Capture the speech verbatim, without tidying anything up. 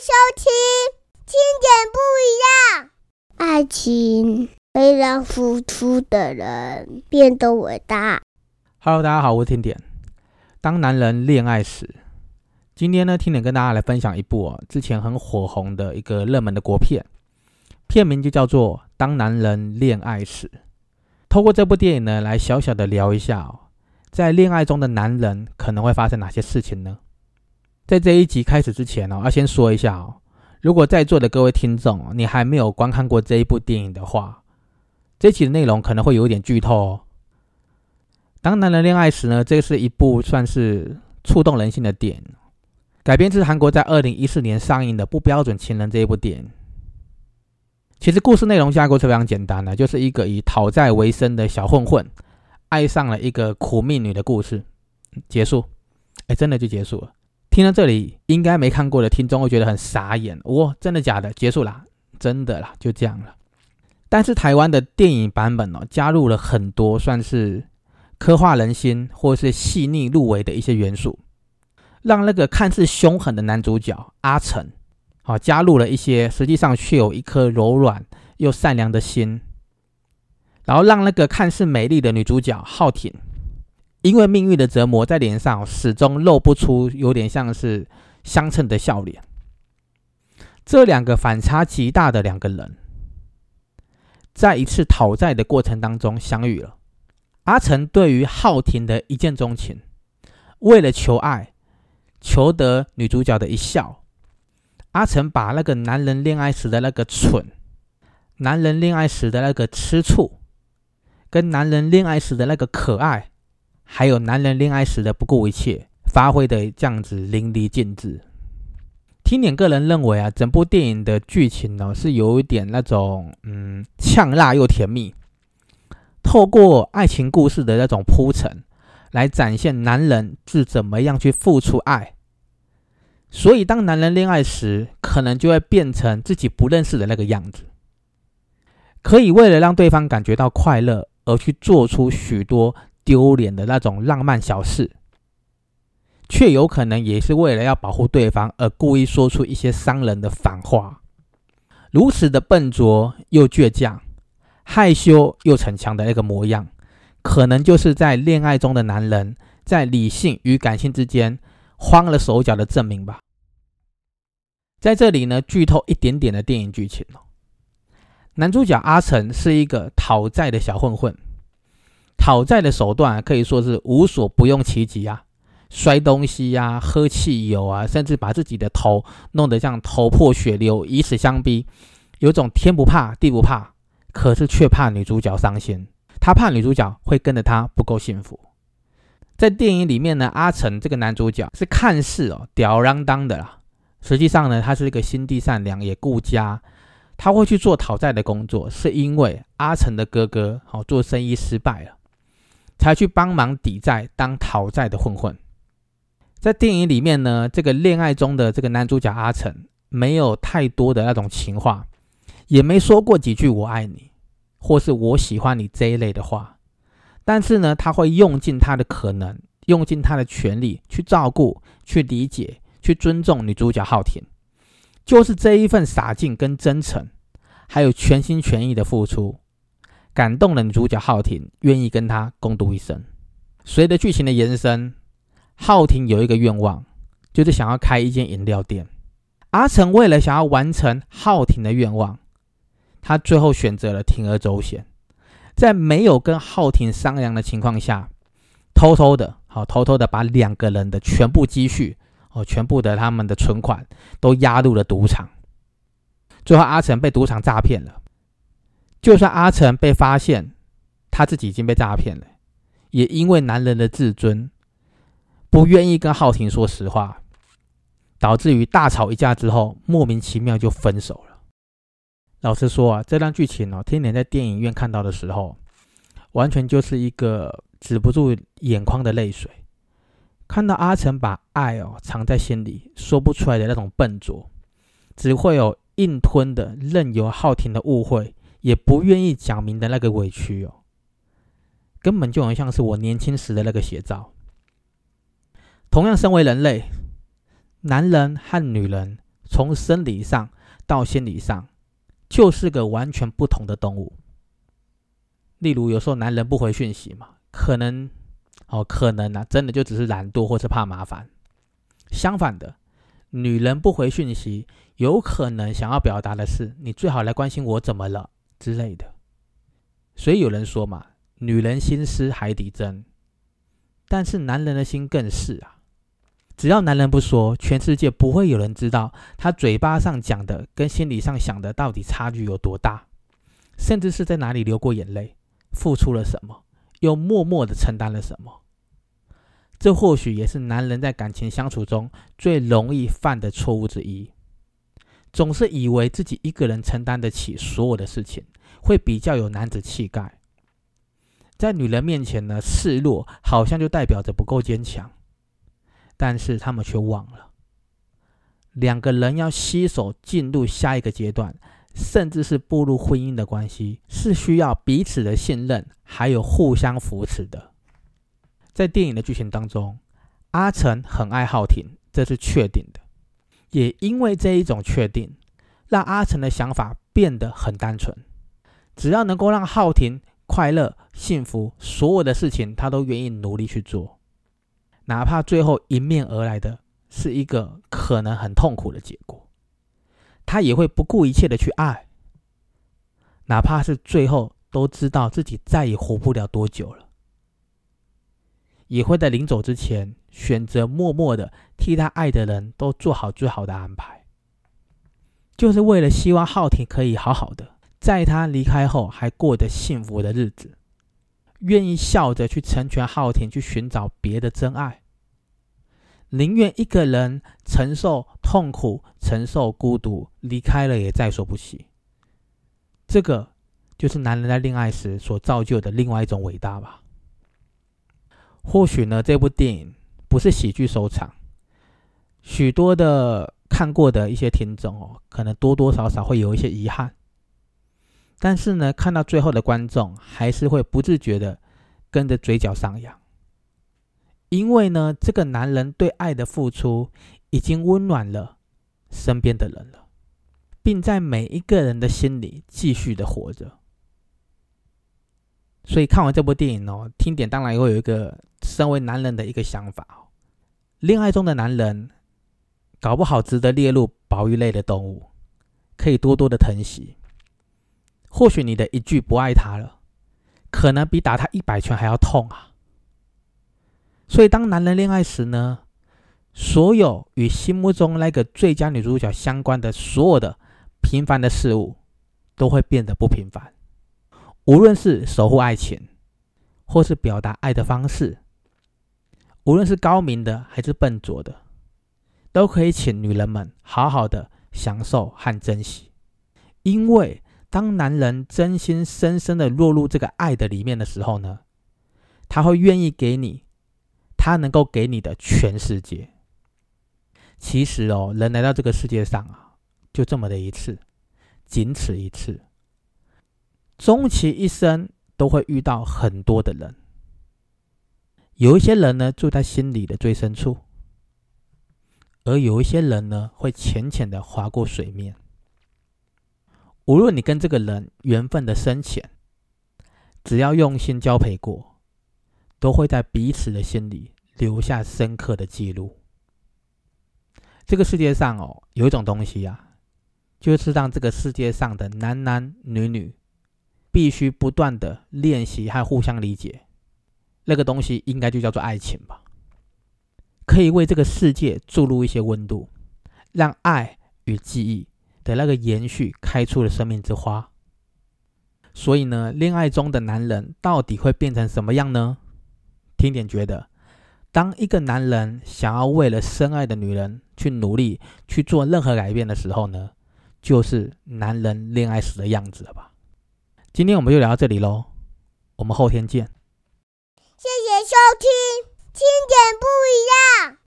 收听听点不一样。爱情会让付出的人变得伟大。 Hello， 大家好，我是听点。当男人恋爱时，今天呢，听点跟大家来分享一部、哦、之前很火红的一个热门的国片，片名就叫做《当男人恋爱时》。透过这部电影呢，来小小的聊一下、哦、在恋爱中的男人可能会发生哪些事情呢？在这一集开始之前、哦、要先说一下、哦、如果在座的各位听众、哦、你还没有观看过这一部电影的话，这一集的内容可能会有一点剧透哦。当男人恋爱时呢，这是一部算是触动人心的电影，改编自韩国在二零一四年上映的《不标准情人》这一部电影。其实故事内容架构是非常简单的，就是一个以讨债为生的小混混爱上了一个苦命女的故事，结束。哎，真的就结束了。听到这里，应该没看过的听众会觉得很傻眼，哇，真的假的？结束啦？真的啦，就这样了。但是台湾的电影版本、哦、加入了很多算是刻画人心或是细腻入微的一些元素，让那个看似凶狠的男主角阿成、哦、加入了一些实际上却有一颗柔软又善良的心，然后让那个看似美丽的女主角浩婷因为命运的折磨，在脸上始终露不出有点像是相称的笑脸。这两个反差极大的两个人，在一次讨债的过程当中相遇了。阿成对于浩婷的一见钟情，为了求爱，求得女主角的一笑，阿成把那个男人恋爱时的那个蠢，男人恋爱时的那个吃醋，跟男人恋爱时的那个可爱，还有男人恋爱时的不顾一切，发挥的这样子淋漓尽致。听点个人认为啊，整部电影的剧情呢是有一点那种嗯呛辣又甜蜜，透过爱情故事的那种铺陈，来展现男人是怎么样去付出爱。所以当男人恋爱时，可能就会变成自己不认识的那个样子，可以为了让对方感觉到快乐而去做出许多丢脸的那种浪漫小事，却有可能也是为了要保护对方而故意说出一些伤人的反话。如此的笨拙又倔强，害羞又逞强的那个模样，可能就是在恋爱中的男人在理性与感性之间慌了手脚的证明吧。在这里呢，剧透一点点的电影剧情、哦、男主角阿成是一个讨债的小混混，讨债的手段、啊、可以说是无所不用其极啊，摔东西啊，喝汽油啊，甚至把自己的头弄得像头破血流，以此相逼，有种天不怕地不怕，可是却怕女主角伤心，他怕女主角会跟着他不够幸福。在电影里面呢，阿成这个男主角是看似、哦、吊儿郎当的啦，实际上呢，他是一个心地善良也顾家。他会去做讨债的工作，是因为阿成的哥哥、哦、做生意失败了，才去帮忙抵债当讨债的混混。在电影里面呢，这个恋爱中的这个男主角阿成没有太多的那种情话，也没说过几句我爱你或是我喜欢你这一类的话，但是呢，他会用尽他的可能，用尽他的全力去照顾，去理解，去尊重女主角浩婷。就是这一份洒劲跟真诚，还有全心全意的付出，感动了女主角浩婷，愿意跟他共度一生。随着剧情的延伸，浩婷有一个愿望，就是想要开一间饮料店。阿成为了想要完成浩婷的愿望，他最后选择了铤而走险，在没有跟浩婷商量的情况下，偷偷的好偷偷的把两个人的全部积蓄、哦、全部的他们的存款都押入了赌场。最后阿成被赌场诈骗了，就算阿成被发现他自己已经被诈骗了，也因为男人的自尊，不愿意跟浩婷说实话，导致于大吵一架之后，莫名其妙就分手了。老实说啊，这段剧情哦，听年在电影院看到的时候，完全就是一个止不住眼眶的泪水。看到阿成把爱哦藏在心里，说不出来的那种笨拙，只会有硬吞的任由浩婷的误会，也不愿意讲明的那个委屈哦，根本就很像是我年轻时的那个写照。同样身为人类，男人和女人从生理上到心理上就是个完全不同的动物。例如有时候男人不回讯息嘛，可能哦，可能啊，真的就只是懒惰或是怕麻烦。相反的，女人不回讯息，有可能想要表达的是你最好来关心我怎么了之类的。所以有人说嘛，女人心思海底针，但是男人的心更是啊。只要男人不说，全世界不会有人知道他嘴巴上讲的跟心理上想的到底差距有多大，甚至是在哪里流过眼泪，付出了什么，又默默的承担了什么。这或许也是男人在感情相处中最容易犯的错误之一，总是以为自己一个人承担得起所有的事情，会比较有男子气概。在女人面前呢，示弱好像就代表着不够坚强，但是他们却忘了，两个人要携手进入下一个阶段，甚至是步入婚姻的关系，是需要彼此的信任，还有互相扶持的。在电影的剧情当中，阿成很爱浩庭，这是确定的。也因为这一种确定，让阿成的想法变得很单纯，只要能够让浩庭快乐幸福，所有的事情他都愿意努力去做，哪怕最后迎面而来的是一个可能很痛苦的结果，他也会不顾一切的去爱，哪怕是最后都知道自己再也活不了多久了，也会在临走之前选择默默的替他爱的人都做好最好的安排，就是为了希望浩庭可以好好的在他离开后还过得幸福的日子，愿意笑着去成全浩庭，去寻找别的真爱，宁愿一个人承受痛苦，承受孤独，离开了也在所不惜。这个就是男人在恋爱时所造就的另外一种伟大吧。或许呢，这部电影不是喜剧收场，许多的看过的一些听众哦，可能多多少少会有一些遗憾，但是呢，看到最后的观众还是会不自觉的跟着嘴角上扬，因为呢，这个男人对爱的付出已经温暖了身边的人了，并在每一个人的心里继续的活着。所以看完这部电影哦，听点当然会有一个身为男人的一个想法哦，恋爱中的男人搞不好值得列入保育类的动物，可以多多的疼惜。或许你的一句不爱他了，可能比打他一百拳还要痛啊。所以当男人恋爱时呢，所有与心目中那个最佳女主角相关的所有的平凡的事物都会变得不平凡，无论是守护爱情，或是表达爱的方式，无论是高明的还是笨拙的，都可以请女人们好好的享受和珍惜。因为当男人真心深深的落入这个爱的里面的时候呢，他会愿意给你他能够给你的全世界。其实哦，人来到这个世界上啊，就这么的一次，仅此一次，终其一生都会遇到很多的人，有一些人呢住在心里的最深处，而有一些人呢会浅浅的划过水面。无论你跟这个人缘分的深浅，只要用心交配过，都会在彼此的心里留下深刻的记录。这个世界上哦，有一种东西啊，就是让这个世界上的男男女女必须不断的练习和互相理解，那个东西应该就叫做爱情吧。可以为这个世界注入一些温度，让爱与记忆的那个延续开出了生命之花。所以呢，恋爱中的男人到底会变成什么样呢？听点觉得，当一个男人想要为了深爱的女人去努力去做任何改变的时候呢，就是男人恋爱时的样子了吧。今天我们就聊到这里咯，我们后天见。 谢谢收听，听点不一样。